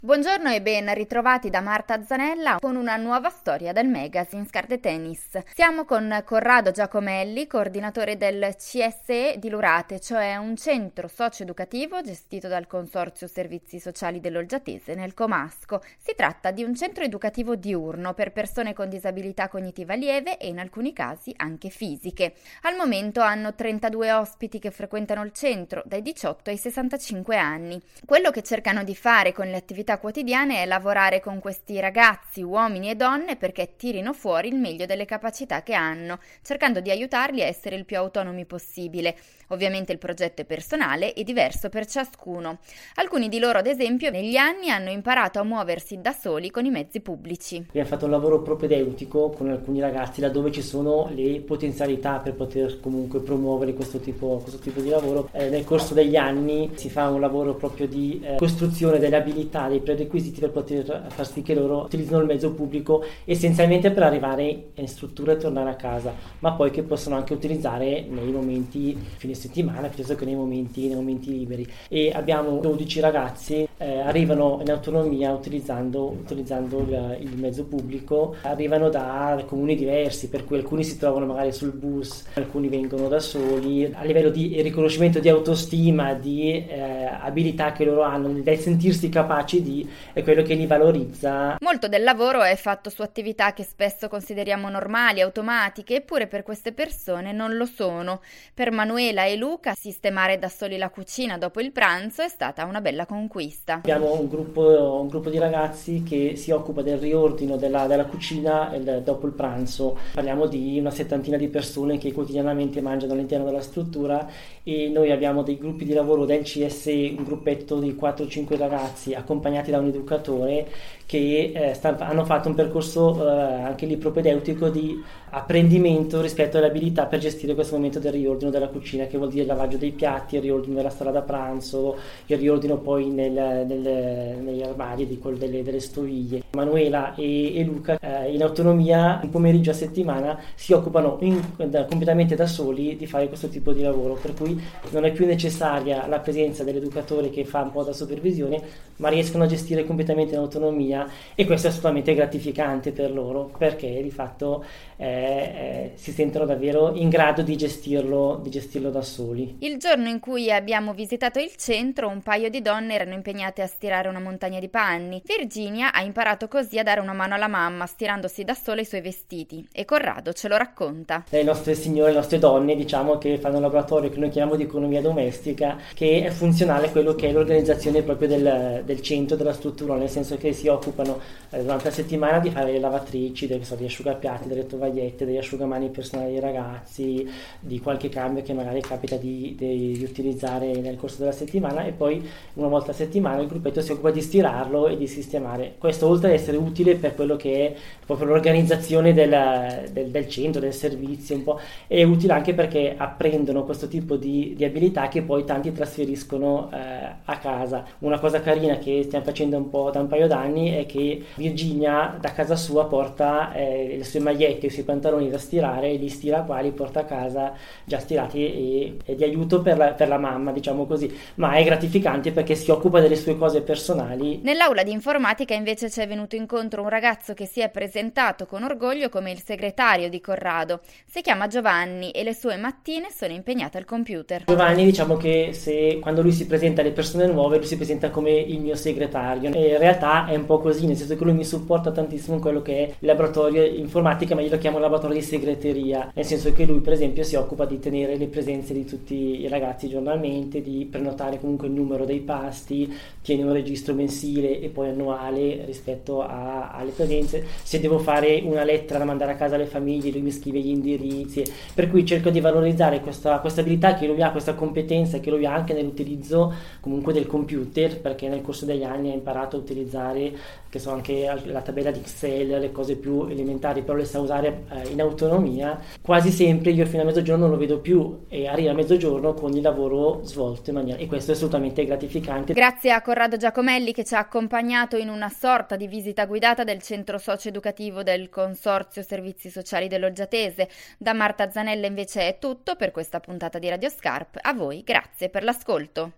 Buongiorno e ben ritrovati da Marta Zanella con una nuova storia del magazine Scar Tennis. Siamo con Corrado Giacomelli, coordinatore del CSE di Lurate, cioè un centro socio-educativo gestito dal Consorzio Servizi Sociali dell'Olgiatese nel Comasco. Si tratta di un centro educativo diurno per persone con disabilità cognitiva lieve e in alcuni casi anche fisiche. Al momento hanno 32 ospiti che frequentano il centro dai 18 ai 65 anni. Quello che cercano di fare con le attività quotidiane è lavorare con questi ragazzi, uomini e donne, perché tirino fuori il meglio delle capacità che hanno, cercando di aiutarli a essere il più autonomi possibile. Ovviamente il progetto è personale e diverso per ciascuno. Alcuni di loro, ad esempio, negli anni hanno imparato a muoversi da soli con i mezzi pubblici. Abbiamo fatto un lavoro propedeutico con alcuni ragazzi laddove ci sono le potenzialità per poter comunque promuovere questo tipo di lavoro. Nel corso degli anni si fa un lavoro proprio di costruzione delle abilità, dei prerequisiti per poter far sì che loro utilizzino il mezzo pubblico essenzialmente per arrivare in struttura e tornare a casa, ma poi che possono anche utilizzare nei momenti fine settimana piuttosto che nei momenti liberi. E abbiamo 12 ragazzi, arrivano in autonomia utilizzando il mezzo pubblico, arrivano da comuni diversi, per cui alcuni si trovano magari sul bus, alcuni vengono da soli. A livello di riconoscimento di autostima, di abilità che loro hanno, del sentirsi capaci è quello che li valorizza. Molto del lavoro è fatto su attività che spesso consideriamo normali, automatiche, eppure per queste persone non lo sono. Per Manuela e Luca sistemare da soli la cucina dopo il pranzo è stata una bella conquista. Abbiamo un gruppo di ragazzi che si occupa del riordino della cucina dopo il pranzo. Parliamo di una settantina di persone che quotidianamente mangiano all'interno della struttura, e noi abbiamo dei gruppi di lavoro del CSE, un gruppetto di 4-5 ragazzi accompagnati da un educatore che hanno fatto un percorso anche lì propedeutico di apprendimento rispetto alle abilità per gestire questo momento del riordino della cucina, che vuol dire il lavaggio dei piatti, il riordino della sala da pranzo, il riordino poi negli armadi delle stoviglie. Manuela e Luca in autonomia un pomeriggio a settimana si occupano completamente da soli di fare questo tipo di lavoro, per cui non è più necessaria la presenza dell'educatore che fa un po' da supervisione, ma riescono a gestire completamente in autonomia, e questo è assolutamente gratificante per loro, perché di fatto si sentono davvero in grado di gestirlo da soli. Il giorno in cui abbiamo visitato il centro, un paio di donne erano impegnate a stirare una montagna di panni. Virginia ha imparato così a dare una mano alla mamma, stirandosi da sola i suoi vestiti, e Corrado ce lo racconta. Le nostre signore, le nostre donne, diciamo, che fanno un laboratorio che noi chiamiamo di economia domestica, che è funzionale a quello che è l'organizzazione proprio del centro, della struttura, nel senso che si occupano durante la settimana di fare le lavatrici, degli asciugapiatti, delle tovagliette, degli asciugamani personali dei ragazzi, di qualche cambio che magari capita di utilizzare nel corso della settimana, e poi una volta a settimana il gruppetto si occupa di stirarlo e di sistemare. Questo, oltre ad essere utile per quello che è proprio l'organizzazione del centro, del servizio, un po', è utile anche perché apprendono questo tipo di abilità che poi tanti trasferiscono a casa. Una cosa carina che stiamo facendo un po' da un paio d'anni è che Virginia da casa sua porta le sue magliette, i suoi pantaloni da stirare, li stira qua, li porta a casa già stirati, e di aiuto per la mamma, diciamo così, ma è gratificante perché si occupa delle sue cose personali. Nell'aula di informatica invece ci è venuto incontro un ragazzo che si è presentato con orgoglio come il segretario di Corrado. Si chiama Giovanni e le sue mattine sono impegnate al computer. Giovanni, diciamo che quando lui si presenta alle persone nuove, lui si presenta come il mio segretario, e in realtà è un po' così, nel senso che lui mi supporta tantissimo in quello che è il laboratorio informatica, ma io lo chiamo laboratorio di segreteria, nel senso che lui per esempio si occupa di tenere le presenze di tutti i ragazzi giornalmente, di prenotare comunque il numero dei pasti, tiene un registro mensile e poi annuale rispetto alle presenze. Se devo fare una lettera da mandare a casa alle famiglie, lui mi scrive gli indirizzi, per cui cerco di valorizzare questa abilità che lui ha, questa competenza che lui ha anche nell'utilizzo comunque del computer, perché nel corso degli anni ha imparato a utilizzare, che so, anche la tabella di Excel, le cose più elementari, però le sa usare in autonomia. Quasi sempre io fino a mezzogiorno non lo vedo più, e arriva a mezzogiorno con il lavoro svolto in maniera, e questo è assolutamente gratificante. Grazie a Corrado Giacomelli che ci ha accompagnato in una sorta di visita guidata del centro socio-educativo del Consorzio Servizi Sociali dell'Olgiatese. Da Marta Zanella invece è tutto per questa puntata di Radio Scarp. A voi, grazie per l'ascolto.